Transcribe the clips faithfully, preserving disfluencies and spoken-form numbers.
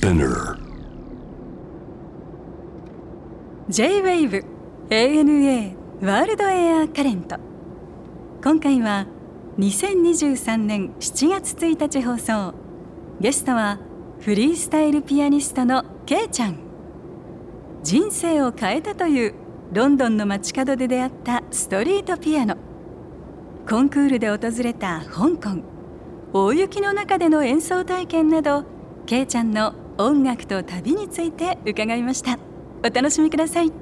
Spinner J-ウェーブ エーエヌエー ワールドエアカレント。今回はにせんにじゅうさんねんしちがつついたち放送。ゲストはフリースタイルピアニストのけいちゃん。人生を変えたというロンドンの街角で出会ったストリートピアノ。コンクールで訪れた香港、大雪の中での演奏体験など、けいちゃんの音楽と旅について伺いました。お楽しみください。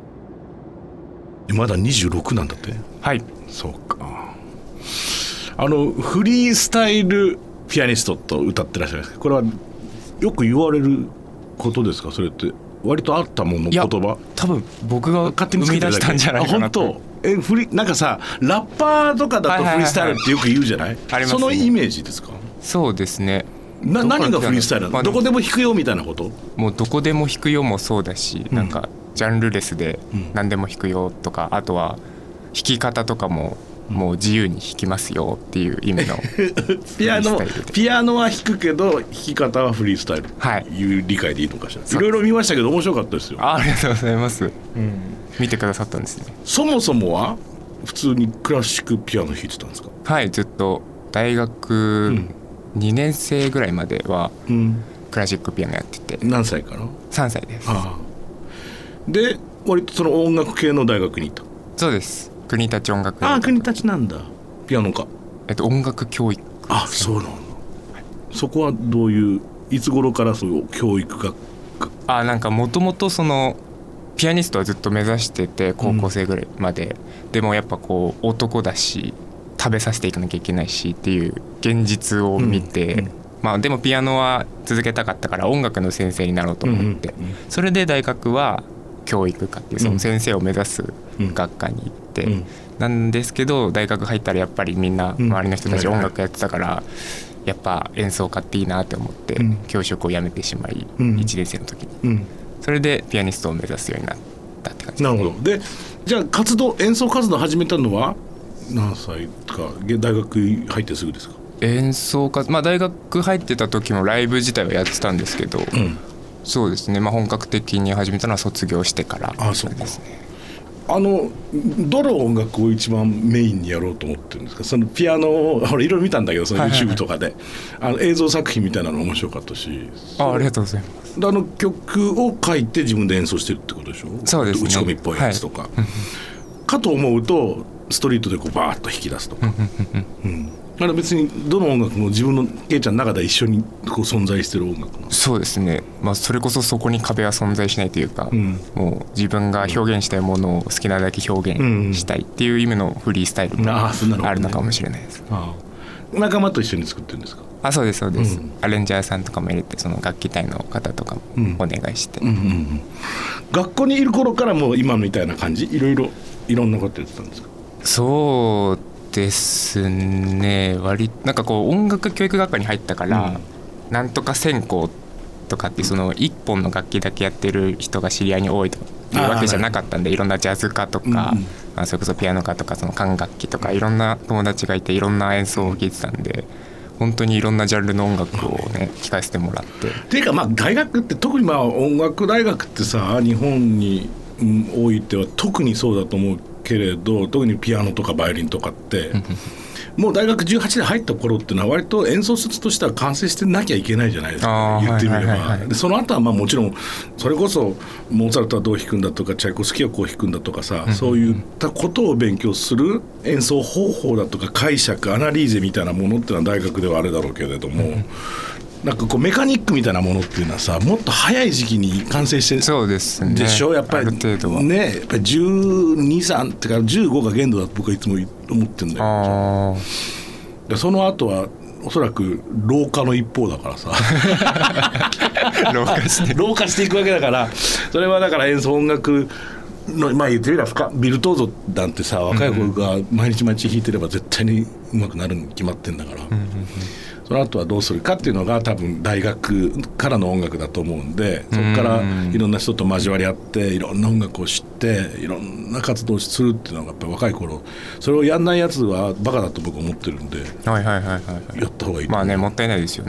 まだにじゅうろくなんだって。 はい、 そうか。あのフリースタイルピアニストと歌ってらっしゃるんですか。これはよく言われることですか。それって割とあったもの言葉。 多分僕が生み出したんじゃないかなと。 本当。えフリなんかさラッパーとかだとフリースタイルってよく言うじゃない、はいはいはいはい、そのイメージですか。 そうですね。 な何がフリースタイルなの、まあ、どこでも弾くよみたいなこと。 もうどこでも弾くよもそうだし、うん、なんかジャンルレスで何でも弾くよとか、うん、あとは弾き方とかももう自由に弾きますよっていう意味のピアノピアノは弾くけど弾き方はフリースタイルという理解でいいのかしら、はい、いろいろ見ましたけど面白かったですよ。 あ, ありがとうございます、うん、見てくださったんですね。 そもそもは普通にクラシックピアノ弾いてたんですか。 はい、ずっと大学にねん生ぐらいまではクラシックピアノやってて、 うん、何歳から。 さんさいです。 ああで割とその音楽系の大学に行った。 そうです、国立音楽。 ああ国立なんだ。ピアノか。 えっと音楽教育。 あそうなんだ、はい、そこはどういういつ頃からそういう教育学。 あなんかもともとそのピアニストはずっと目指してて高校生ぐらいまで、うん、でもやっぱこう男だし食べさせていかなきゃいけないしっていう現実を見て、うんうん、まあでもピアノは続けたかったから音楽の先生になろうと思って、うんうん、それで大学は教育科っていうその先生を目指す学科に行って、うんうん、なんですけど大学入ったらやっぱりみんな周りの人たち音楽やってたから、うん、やっぱ演奏家っていいなって思って、うん、教職を辞めてしまい、うん、いちねん生の時に、うん、それでピアニストを目指すようになったって感じです。 なるほど。でじゃあ活動演奏活動始めたのは何歳か。大学入ってすぐですか。 演奏活動、まあ、大学入ってた時もライブ自体はやってたんですけど、うん、そうですね、まあ、本格的に始めたのは卒業してからですね。あ、そうか。 あのどの音楽を一番メインにやろうと思ってるんですか。そのピアノをいろいろ見たんだけどその YouTube とかで、はいはいはい、あの映像作品みたいなの面白かったし。 あ, ありがとうございます。 あの曲を書いて自分で演奏してるってことでしょ。 そうですね、 打ち込みっぽいやつとか、はい、かと思うとストリートでこうバーッと弾き出すとか、うん、あれ別にどの音楽も自分のケイちゃんの中で一緒にこう存在してる音楽なの。 そうですね、まあ、それこそそこに壁は存在しないというか、うん、もう自分が表現したいものを好きなだけ表現したいっていう意味のフリースタイルがあるのかもしれないです。 ああ、仲間と一緒に作ってるんですか。 あ、そうですそうです、うん、アレンジャーさんとかも入れてその楽器隊の方とかもお願いして、うんうんうんうん、 学校にいる頃からもう今みたいな感じいろいろいろんなことやってたんですか。 そうですね、割なんかこう音楽教育学科に入ったから、うん、なんとか専攻とかってその一本の楽器だけやってる人が知り合いに多いというわけじゃなかったんで、いろんなジャズ科とか、うんまあ、それこそピアノ科とかその管楽器とかいろんな友達がいていろんな演奏を聴いてたんで、本当にいろんなジャンルの音楽をね聴かせてもらって。 っていうかまあ大学って特にまあ音楽大学ってさ日本においては特にそうだと思うけれど、特にピアノとかバイオリンとかってもう大学じゅうはちで入った頃っていうのは割と演奏術としては完成してなきゃいけないじゃないですか、言ってみれば、はいはいはいはい、でその後はまあもちろんそれこそモーツァルトはどう弾くんだとかチャイコフスキーはこう弾くんだとかさ、うんうん、そういったことを勉強する演奏方法だとか解釈アナリーゼみたいなものっていうのは大学ではあれだろうけれども、うんなんかこうメカニックみたいなものっていうのはさもっと早い時期に完成してるでしょ。 そうですね、 やっぱりある程度はね、やっぱりじゅうに、さんってからじゅうごが限度だと僕はいつも思ってるんだよ。でその後はおそらく老化の一方だからさ老化して老化していくわけだから、それはだから演奏音楽のまあ言ってみればビルトーゾなんてさ若い子が毎日毎日弾いてれば絶対に上手くなるに決まってんだから、うんうんうん、その後はどうするかっていうのが多分大学からの音楽だと思うんで、そこからいろんな人と交わり合っていろんな音楽を知っていろんな活動をするっていうのがやっぱり若い頃それをやんないやつはバカだと僕は思ってるんで、 はいはいはいはい、 やった方がいいと思う。 まあね、もったいないですよね。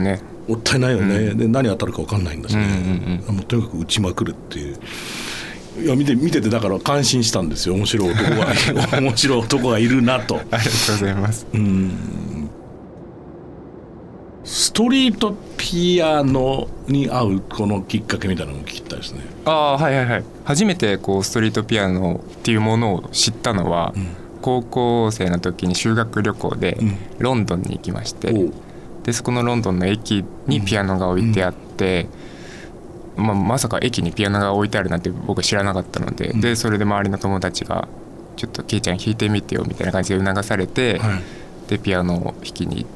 もったいないよね、うん、で何当たるか分かんないんだしね、 うんうんうん、 もうとにかく打ちまくるっていう。いや見て見ててだから感心したんですよ。面白い男が面白い男がいるなと。 ありがとうございます。 うん、ストリートピアノに合うこのきっかけみたいなのも聞きたいですね。 ああはいはいはい。初めてこうストリートピアノっていうものを知ったのは、うん、高校生の時に修学旅行でロンドンに行きまして、うん、でそこのロンドンの駅にピアノが置いてあって、うんうんまあ、まさか駅にピアノが置いてあるなんて僕は知らなかったので、うん、でそれで周りの友達がちょっとケイちゃん弾いてみてよみたいな感じで促されて、はい、でピアノを弾きに行って、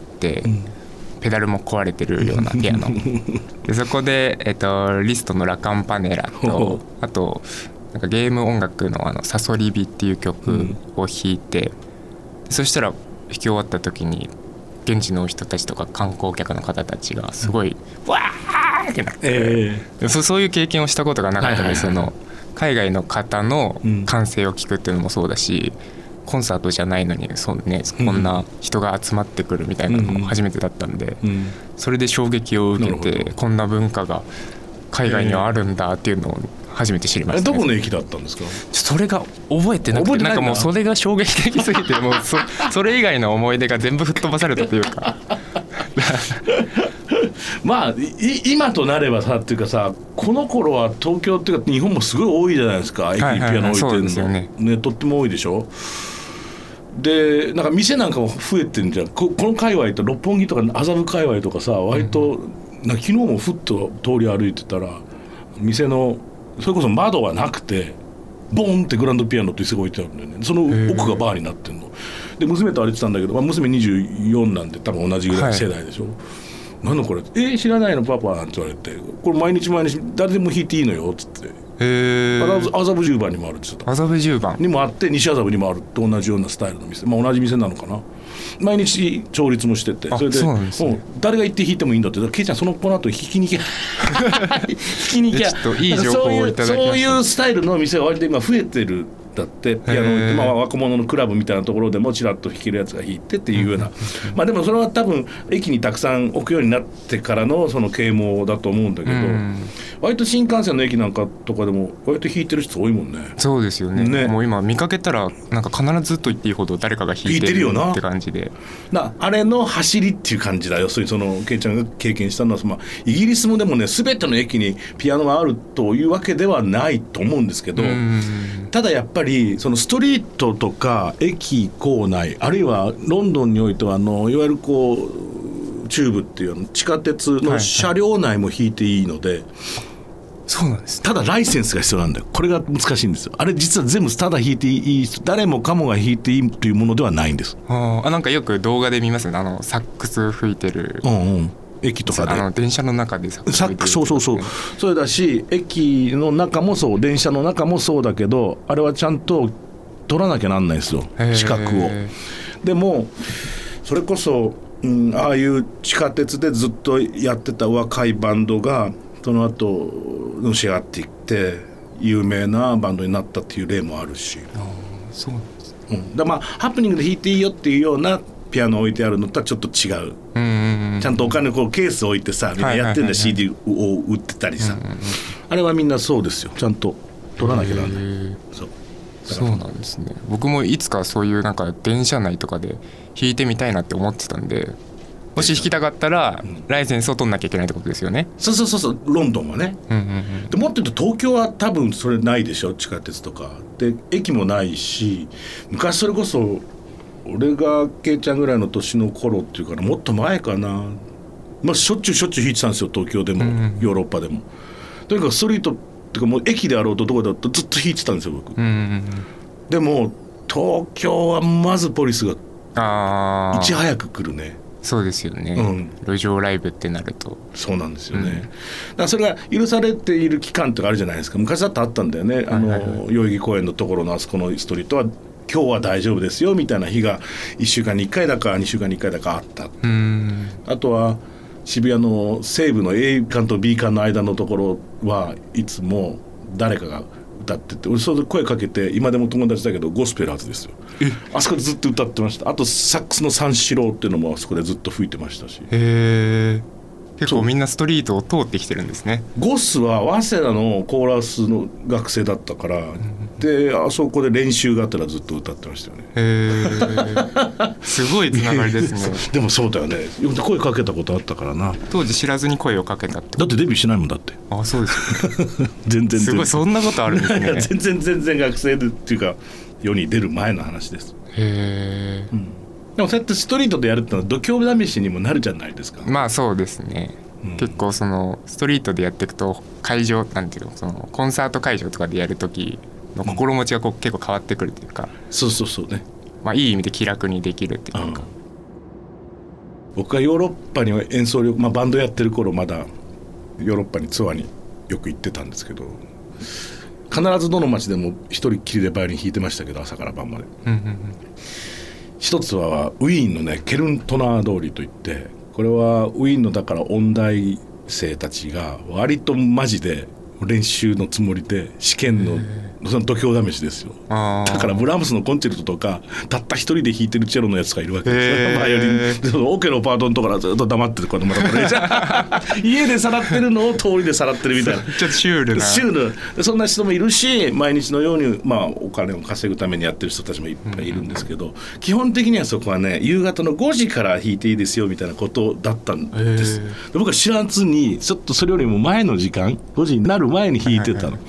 うん、ペダルも壊れてるようなピアノでそこで、えっと、リストのラカンパネラとあとなんかゲーム音楽 の, あのサソリビっていう曲を弾いて、うん、そしたら弾き終わった時に現地の人たちとか観光客の方たちがすごい、うん、わーってなって、えー、そ, そういう経験をしたことがなかったので、その海外の方の歓声を聞くっていうのもそうだし、うん、コンサートじゃないのにそう、ね、こんな人が集まってくるみたいなのも初めてだったんで、うんうん、それで衝撃を受けてこんな文化が海外にはあるんだっていうのを初めて知りました、ね。 どこの駅だったんですか？ それが覚えてなくて、なんかもうそれが衝撃的すぎてもう そ, それ以外の思い出が全部吹っ飛ばされたというかまあ今となればさっていうかさ、この頃は東京っていうか日本もすごい多いじゃないですか、駅にピアノ置いてるの、はいはいはい、ね, ねとっても多いでしょ。でなんか店なんかも増えてるんじゃん。 こ, この界隈と六本木とか麻布界隈とかさ、割と、うん、なんか昨日もふっと通り歩いてたら店のそれこそ窓はなくてボンってグランドピアノって椅子が置いてあるんだよね。その奥がバーになってるので、娘と歩いてたんだけど、まあ、娘にじゅうよんなんで多分同じぐらい世代でしょ、はい、何のこれ、えー、知らないのパパなんて言われて、これ毎日毎日誰でも弾いていいのよっつって、へー、麻布十番にもあるって言ってた。 麻布十番にもあって、西麻布にもあると同じようなスタイルの店、まあ、同じ店なのかな。毎日調律もしてて、それ で, そうなんです、ね、もう誰が行って弾いてもいいんだって。ケイちゃんそのこの後弾きに行け弾きに行けちょっといい情報をいただきました。 そういうスタイルの店が割と今増えてる。だってピアノ、まあ、若者のクラブみたいなところでもちらっと弾けるやつが弾いてっていうような、まあでもそれは多分駅にたくさん置くようになってからのその啓蒙だと思うんだけど、割と新幹線の駅なんかとかでも割と弾いてる人多いもんね。 そうですよ ね, ねもう今見かけたらなんか必ずと言っていいほど誰かが弾いてるよなって感じで、 なあれの走りっていう感じだよ。要するにそのケイちゃんが経験したのは、まあ、イギリスもでもね全ての駅にピアノがあるというわけではないと思うんですけど、ただやっぱりそのストリートとか駅構内、あるいはロンドンにおいてはあのいわゆるこうチューブっていう地下鉄の車両内も引いていいので、はいはい、 そうなんです。 ただライセンスが必要なんだよ。これが難しいんですよ。あれ実は全部ただ弾いていい、誰もかもが弾いていいというものではないんです。 ああ、なんかよく動画で見ますね、あのサックス吹いてる、 うんうん、駅とかであの電車の中でサックス吹いてる、 そうそうそう、それだし駅の中もそう、電車の中もそうだけど、あれはちゃんと取らなきゃなんないですよ、資格を。でもそれこそ、うん、ああいう地下鉄でずっとやってた若いバンドがその後のし上がっていって有名なバンドになったっていう例もあるし。 あ、そうなんです、 うん、だまあハプニングで弾いていいよっていうようなピアノ置いてあるのとはちょっと違う、うんうんうん、ちゃんとお金こうケース置いてさ、みんなやってるんだ、 シーディー を売ってたりさ、うんうんうん、あれはみんなそうですよ、ちゃんと取らなきゃならない。そうそうなんですね。僕もいつかそういうなんか電車内とかで弾いてみたいなって思ってたんで、もし弾きたかったらライセンスを取んなきゃいけないってことですよね。 そうそうそうそう、ロンドンはね、うんうんうん、でもっと言うと東京は多分それないでしょ、地下鉄とかで駅もないし、昔それこそ俺がケイちゃんぐらいの年の頃っていうからもっと前かな、まあ、しょっちゅうしょっちゅう弾いてたんですよ、東京でも、うんうん、ヨーロッパでも。とにかくストリートっていうかもう駅であろうとどこだとずっと弾いてたんですよ僕、うんうんうん、でも東京はまずポリスがいち早く来るね。 そうですよね、うん、路上ライブってなるとそうなんですよね、うん、だからそれが許されている期間とかあるじゃないですか。昔だってあったんだよね、あの、はいはいはい、代々木公園のところのあそこのストリートは今日は大丈夫ですよみたいな日がいっしゅうかんにいっかいだかにしゅうかんにいっかいだかあった。うん、あとは渋谷の西部の A 館と B 館の間のところはいつも誰かが歌ってて、俺それで声かけて、今でも友達だけどゴスペラーズですよ、あそこでずっと歌ってました。あとサックスの三四郎っていうのもあそこでずっと吹いてましたし。 へ結構みんなストリートを通ってきてるんですね。 ゴスは早稲田のコーラスの学生だったから、うん、であそこで練習があったらずっと歌ってましたよね。 へーすごいつながりですねでもそうだよね、声かけたことあったからな。 当時知らずに声をかけたってこと？ だってデビューしないもんだって。 あ、そうですよね全然すごい、そんなことあるんですね全然全然学生でっていうか世に出る前の話です。 へー、うん、 でもそうやってストリートでやるってのは度胸試しにもなるじゃないですか。 まあそうですね、うん、結構そのストリートでやっていくと会場なんていうの、そのコンサート会場とかでやる時の心持ちがこう結構変わってくるというか、 うん、そうそうそうね、 まあ、いい意味で気楽にできるっていうか、うん、 僕がヨーロッパに演奏力、まあ、バンドやってる頃まだヨーロッパにツアーによく行ってたんですけど、必ずどの街でも一人っきりでバイオリン弾いてましたけど、朝から晩まで、うんうんうん、一つはウィーンのねケルントナー通りといって、これはウィーンのだから音大生たちが割とマジで練習のつもりで試験のその度胸試しですよ。だからブラームスのコンチェルトとかたった一人で弾いてるチェロのやつがいるわけですよ。バイオリンでオケのパートのところはずっと黙ってる子供だから家でさらってるのを通りでさらってるみたいなちょっとシュールなシュールそんな人もいるし、毎日のように、まあ、お金を稼ぐためにやってる人たちもいっぱいいるんですけど、うん、基本的にはそこはね夕方のごじから弾いていいですよみたいなことだったんです。で僕は知らずにちょっとそれよりも前の時間ごじになる前に弾いてたの、はいはいはい、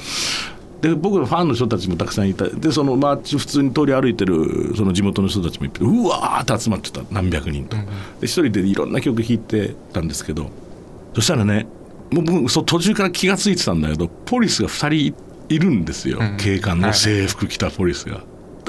で僕のファンの人たちもたくさんいた。でその街普通に通り歩いてるその地元の人たちもいっぱいうわーって集まってた、何百人と、うんうん、で一人でいろんな曲弾いてたんですけど、そしたらねもう僕そう途中から気がついてたんだけど、ポリスがふたりいるんですよ、うん、警官の制服着たポリスが、はい、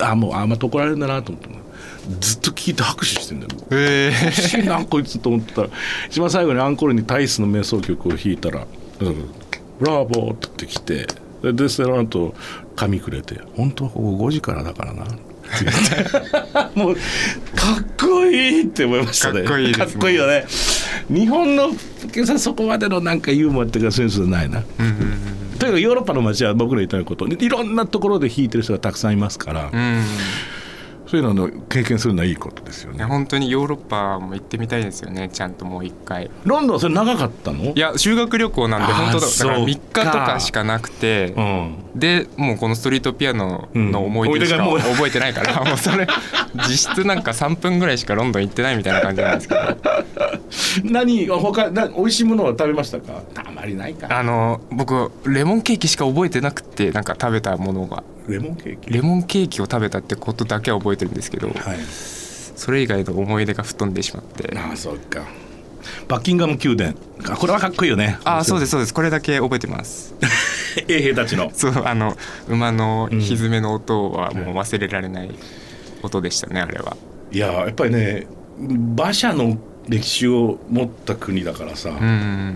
あもうあまた怒られるんだなと思ってずっと聞いて拍手してんだよ。えー、欲しいなこいつと思ってたら、一番最後にアンコールにタイスの瞑想曲を弾いたらブラボーって言ってきて、でその後紙くれて、本当はここごじからだからなってもうかっこいいって思いましたね。 かっこいいですね。 かっこいいよね。日本のそこまでのなんかユーモアっていうかセンスないな、うんうんうん、とにかくヨーロッパの街は僕の言ったようなこといろんなところで弾いてる人がたくさんいますから、うん、そういうのを経験するのはいいことですよね。 本当にヨーロッパも行ってみたいですよね、ちゃんともう一回。 ロンドンそれ長かったの？ いや修学旅行なんで本当 だ, だからみっかとかしかなくて、うん、でもうこのストリートピアノの思い出しか覚えてないから、うん、もうそれ実質なんかさんぷんぐらいしかロンドン行ってないみたいな感じなんですけど何他な美味しいものは食べましたか？あまりないか。 あの僕レモンケーキしか覚えてなくて、なんか食べたものがレモンケーキレモンケーキを食べたってことだけは覚えてるんですけど、はい、それ以外の思い出が吹っ飛んでしまって。 ああそうか。バッキンガム宮殿、これはかっこいいよね。 ああそうですそうです、これだけ覚えてます衛兵たちのそうあの馬のひずめの音はもう忘れられない音でしたね、うん、あれは。 いややっぱりね馬車の歴史を持った国だからさ、うん、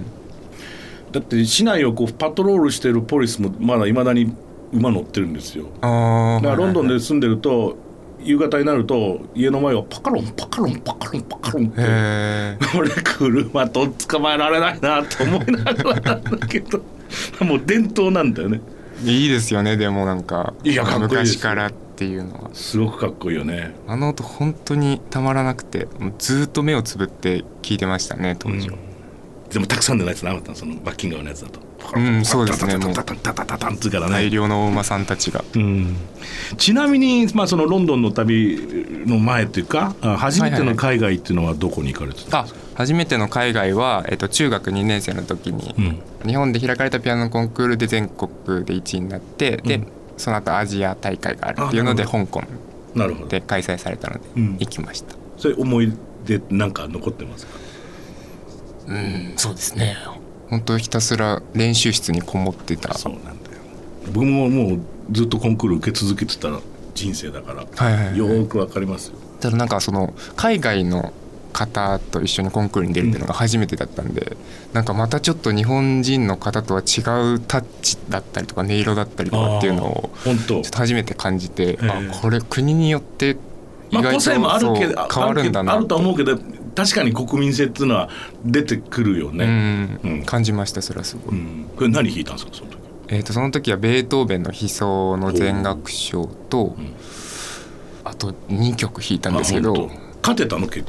だって市内をこうパトロールしてるポリスもまだいまだに馬乗ってるんですよ。あだからロンドンで住んでると夕方になると家の前はパカロンパカロンパカロンパカロンって俺車と捕まえられないなと思いながらなんだけどもう伝統なんだよね。 いいですよね。でもなんかいやかっこいいです昔からっていうのはすごくかっこいいよね。 あの音本当にたまらなくて、もうずっと目をつぶって聞いてましたね当時は、 うん、でもたくさんのやつなかったの、そのバッキンガムのやつだと。 うん、そうですね。もう大量のお馬さんたちが、うん、 ちなみに、まあ、そのロンドンの旅の前っていうか初めての海外っていうのはどこに行かれてたんですか？ はいはいはい、あ初めての海外は、えっと、中学にねん生の時に、うん、日本で開かれたピアノコンクールで全国でいちいになって、うん、でその後アジア大会があるっていうので香港で開催されたので行きました、 うん、それ思い出なんか残ってますか？ うん、そうですね。本当ひたすら練習室にこもってた。 そうなんだよ。僕ももうずっとコンクール受け続けてた人生だから、はいはいはい、よーくわかりますよ。 ただなんかその海外の方と一緒にコンクールに出るっていうのが初めてだったんで、うん、なんかまたちょっと日本人の方とは違うタッチだったりとか音色だったりとかっていうのをちょっと初めて感じて、あこれ国によって意外とそう変わるんだなあると思うけど、確かに国民性っていうのは出てくるよね、 うんうん、感じました。それはすごい、うん、 これ何弾いたんですかその時？ えー、とその時はベートーベンの悲愴の全楽章と、うん、あとにきょく弾いたんですけど。 勝てたの結局？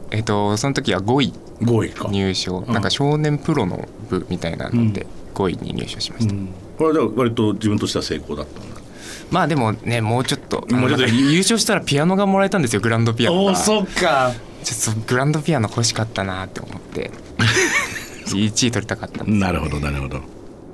えっとその時はごいごいか入賞、 うん、 なんか少年プロの部みたいなのでごいに入賞しました、うん、 これはじゃあ割と自分としては成功だったんだ。 まあでもねもうちょっともうちょっと優勝したらピアノがもらえたんですよ、グランドピアノが。 おそっか、 ちょっとグランドピアノ欲しかったなって思っていちい取りたかったんです、ね、 なるほどなるほど。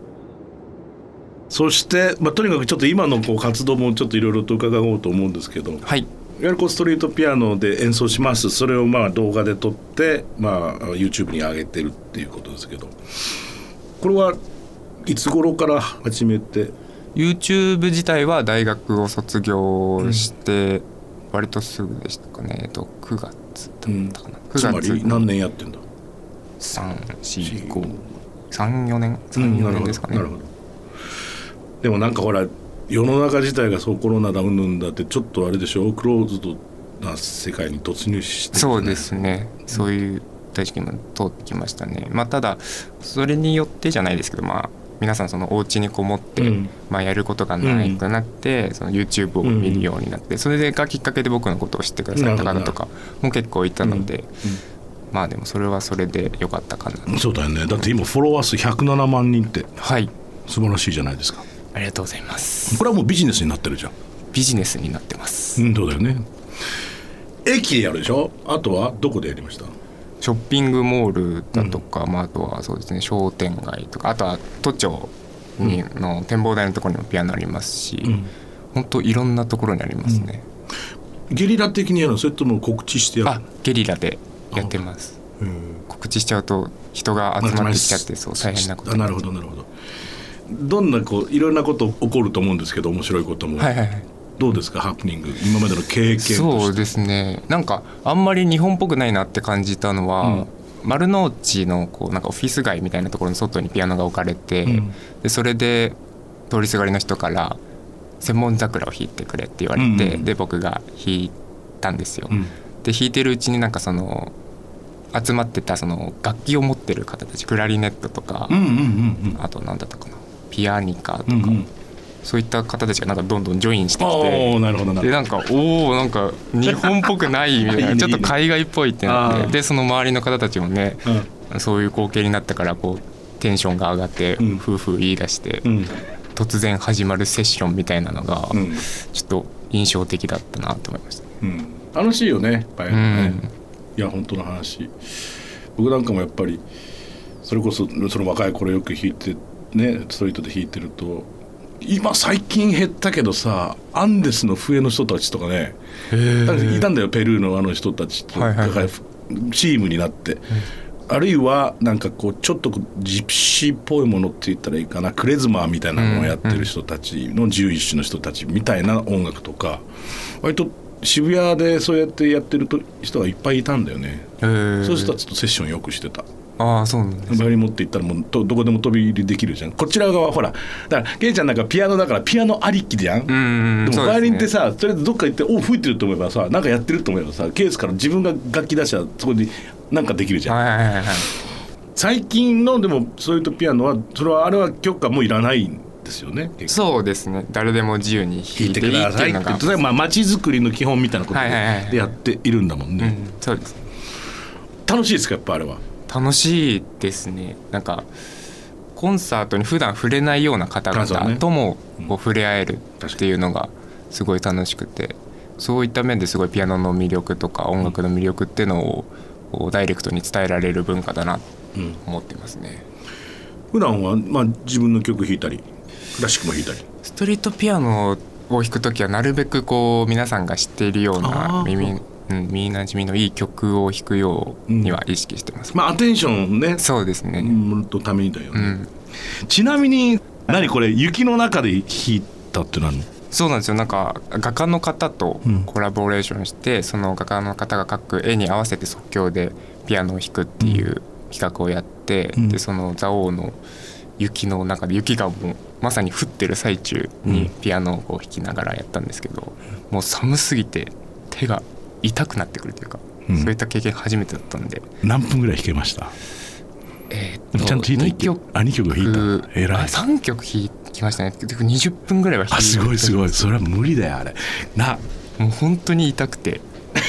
そして、まあ、とにかくちょっと今のこう活動もちょっといろいろと伺おうと思うんですけど、 はい、 いわゆるこうストリートピアノで演奏します、それをまあ動画で撮って、まあ、YouTube に上げてるっていうことですけど、これはいつ頃から始めて？ YouTube 自体は大学を卒業して割とすぐでしたかね、えっとくがつだったかな、 うん、つまり何年やってんだ？ さん、よん、ご、さん、よねん、さん、よねんですかね、 うん、なるほど。でもなんかほら世の中自体がそうコロナだうんぬんだってちょっとあれでしょ、クローズドな世界に突入して、ね、 そうですね、そういう大時期も通ってきましたね。まあただそれによってじゃないですけど、まあ皆さんそのお家にこもって、うんまあ、やることがなくなって、うん、その YouTube を見るようになって、うん、それがきっかけで僕のことを知ってくださった方とかも結構いたので、うんうん、まあでもそれはそれで良かったかな。 そうだよね、だって今フォロワー数ひゃくななまんにんって、 はい、 素晴らしいじゃないですか。 ありがとうございます。 これはもうビジネスになってるじゃん。 ビジネスになってます、 うん、そうだよね。駅でやるでしょ。あとはどこでやりました？ ショッピングモールだとか、うんまあ、あとはそうですね商店街とか、あとは都庁にの展望台のところにもピアノありますし、うん、本当いろんなところにありますね、 うん、ゲリラ的にやるの？それとも告知してやる？ あ、ゲリラでやってます。告知しちゃうと人が集まってきちゃってそう大変なことになっちゃう。 なるほどなるほど。どんなこういろんなこと起こると思うんですけど、面白いことも、はいはいはい、どうですかハプニング、今までの経験として。 そうですね、なんかあんまり日本っぽくないなって感じたのは、うん、丸の内のこうなんかオフィス街みたいなところの外にピアノが置かれて、うん、でそれで通りすがりの人から千本桜を弾いてくれって言われて、うんうん、で僕が弾いたんですよ、うん、で弾いてるうちになんかその集まってたその楽器を持ってる方たち、クラリネットとか、うんうんうんうん、あと何だったかな、ピアニカとか、うんうん、そういった方たちがなんかどんどんジョインしてきて、 なるほどなでなんかおおなんか日本っぽくないみたいなちょっと海外っぽいってなってでその周りの方たちもね、うん、そういう光景になったからこうテンションが上がって夫婦言い出して、うん、突然始まるセッションみたいなのがちょっと印象的だったなと思いました、 うん、楽しいよねやっぱりね、うん、いや本当の話、僕なんかもやっぱりそれこそその若い頃よく弾いてね、ストリートで弾いてると、今最近減ったけどさ、アンデスの笛の人たちとかねいたんだよ、ペルーのあの人たちと、はいはいはい、チームになって、うん、あるいはなんかこうちょっとジプシーっぽいものって言ったらいいかな、クレズマーみたいなのをやってる人たちのじゅういっ種の人たちみたいな音楽とか、割と渋谷でそうやってやってる人がいっぱいいたんだよね。そういう人たちとセッションよくしてた。 ああ、そうなんですね。 バイオリン持っていったらもう ど, どこでも飛び入りできるじゃん。こちら側はほらだからケイちゃんなんかピアノだからピアノありきじゃん。うんうん、でもバイオリンってさ、とりあえずどっか行ってお吹いてると思えばさ、なんかやってると思えばさ、ケースから自分が楽器出したらそこになんかできるじゃん、はいはいはいはい、最近のでもそういうとピアノはそれはあれは許可もいらないんですよね。 そうですね、誰でも自由に弾いてくださいっていうのが、 まあ街づくりの基本みたいなことでやっているんだもんね、はいはいはいはい、うん、 そうです。 楽しいですかやっぱあれは。 楽しいですね。なんかコンサートに普段触れないような方々ともこう触れ合えるっていうのがすごい楽しくて、そういった面ですごいピアノの魅力とか音楽の魅力っていうのをこうダイレクトに伝えられる文化だなと思ってますね、 うん、普段はまあ自分の曲弾いたりクラシックも弾いたり、 ストリートピアノを弾くときはなるべくこう皆さんが知っているような耳うん、耳なじみのいい曲を弾くようには意識してます、 うん、まあアテンションね。 そうですね、 のためにだよね、うん、ちなみに何これ雪の中で弾いたって何？ そうなんですよ。なんか画家の方とコラボレーションして、うん、その画家の方が描く絵に合わせて即興でピアノを弾くっていう企画をやって、うん、でその蔵王の雪の中で雪がもうまさに降ってる最中にピアノをこう弾きながらやったんですけど、うん、もう寒すぎて手が痛くなってくるというか、うん、そういった経験初めてだったんで。 何分ぐらい弾けました？えー、っとちゃんと弾いた？にきょく、あにきょく弾いた。えらい。 さんきょく弾きましたね。にじゅっぷんぐらいは弾いた。 あ、すごいすごい。それは無理だよあれな。 もう本当に痛くて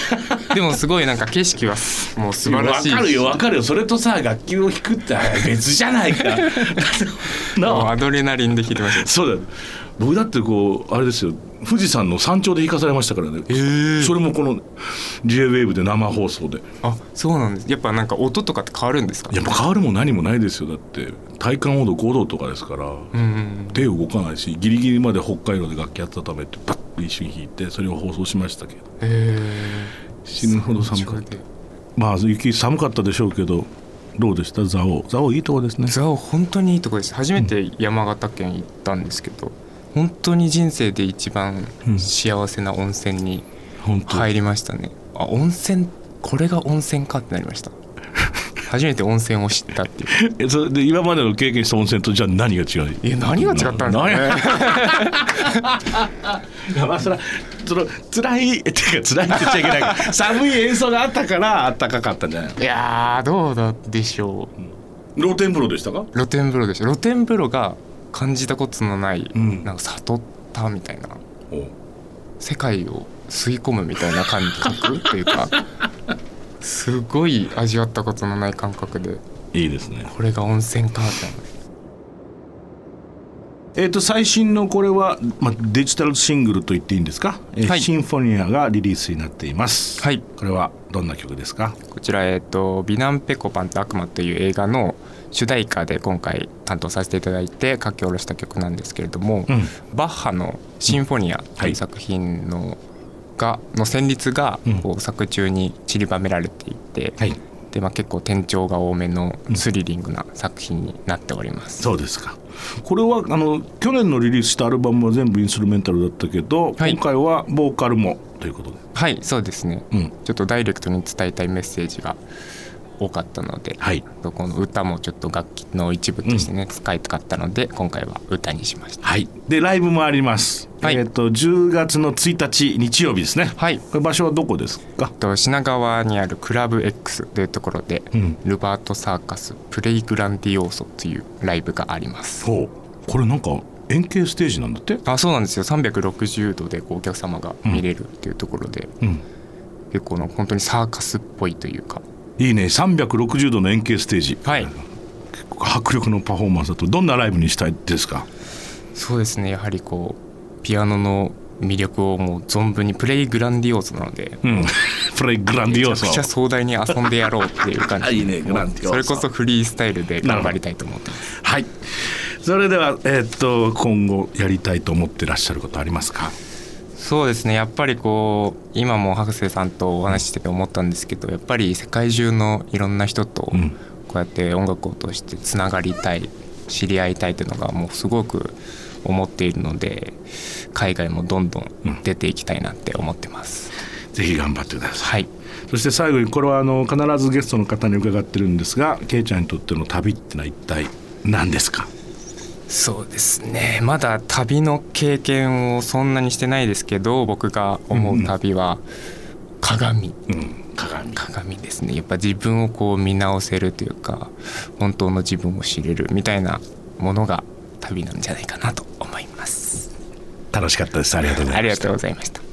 でもすごいなんか景色はもう素晴らしいし、 わかるよわかるよ、それとさ楽器を弾くって別じゃないかもうアドレナリンで弾いてました。 そうだよ、僕だってこうあれですよ、富士山の山頂で弾かされましたからね、 えー、 それもこの ジェイウェーブ で生放送で。 あ、そうなんです。やっぱなんか音とかって変わるんですか？ いやもう変わるも何もないですよ。だって体感温度ごどとかですから、 うんうん、 手動かないし、ギリギリまで北海道で楽器やったためってバッと一緒に弾いてそれを放送しましたけど、 えー、死ぬほど寒かった。まあ雪寒かったでしょうけど、どうでした？蔵王。蔵王いいとこですね。 蔵王本当にいいとこです。初めて山形県行ったんですけど、うん、本当に人生で一番幸せな温泉に入りましたね、うん、あ、温泉、これが温泉かってなりました初めて温泉を知ったっていうえ、それで今までの経験した温泉とじゃあ何が違う？ え、何が違ったんですかねいや、まあそれはその辛いっていうか辛いって言っちゃいけない寒い演奏があったからあったかかったんじゃない？ いやー、どうだでしょう、 うん、露天風呂でしたか？ 露天風呂でした。露天風呂が感じたことのない、 うん、 なんか悟ったみたいな、世界を吸い込むみたいな感覚というかすごい味わったことのない感覚で、 いいですね。 これが温泉かって。 えーと最新のこれは、まあ、デジタルシングルと言っていいんですか、えーはい、シンフォニアがリリースになっています、はい、これはどんな曲ですか？ こちら、えーと美男ぺこぱんと悪魔という映画の主題歌で今回担当させていただいて書き下ろした曲なんですけれども、うん、バッハのシンフォニアという作品の、うん、はいがの旋律がこう作中に散りばめられていて、はい、でまあ、結構転調が多めのスリリングな作品になっております、 うん、そうですか。これはあの去年のリリースしたアルバムは全部インストゥルメンタルだったけど、はい、今回はボーカルもということで。 はい、そうですね、うん、ちょっとダイレクトに伝えたいメッセージが多かったので、はい、この歌もちょっと楽器の一部としてね、うん、使いたかったので今回は歌にしました。 はい、でライブもあります、はい、えー、とじゅうがつのついたち日曜日ですね。はい、これ場所はどこですか？ と品川にあるクラブ X というところで、うん、ルバートサーカスプレイグランディオーソというライブがあります。 ほう、これなんか円形ステージなんだって？ あ、そうなんですよ。さんびゃくろくじゅうどでこうお客様が見れるっていうところで、うん、結構の本当にサーカスっぽいというか、 いいね。さんびゃくろくじゅうどの円形ステージ、はい、結構迫力のパフォーマンスだと。どんなライブにしたいですか？ そうですね、やはりこうピアノの魅力をもう存分に、プレイグランディオーソなので、うん、プレイグランディオーソめちゃくちゃ壮大に遊んでやろうっていう感じいいね、グランディオーソ。それこそフリースタイルで頑張りたいと思ってます。 はい、それでは、えー、っと今後やりたいと思ってらっしゃることありますか？ そうですね、やっぱりこう今も博士さんとお話ししてて思ったんですけど、やっぱり世界中のいろんな人とこうやって音楽を通してつながりたい、知り合いたいっていうのがもうすごく思っているので、海外もどんどん出ていきたいなって思ってます、 うん、ぜひ頑張ってください。はい、そして最後にこれはあの必ずゲストの方に伺ってるんですが、ケイちゃんにとっての旅ってのは一体何ですか？ そうですね、まだ旅の経験をそんなにしてないですけど、僕が思う旅は鏡、うんうん、鏡鏡ですね。やっぱ自分をこう見直せるというか、本当の自分を知れるみたいなものが旅なんじゃないかなと思います。 楽しかったです。ありがとうございました。 ありがとうございました。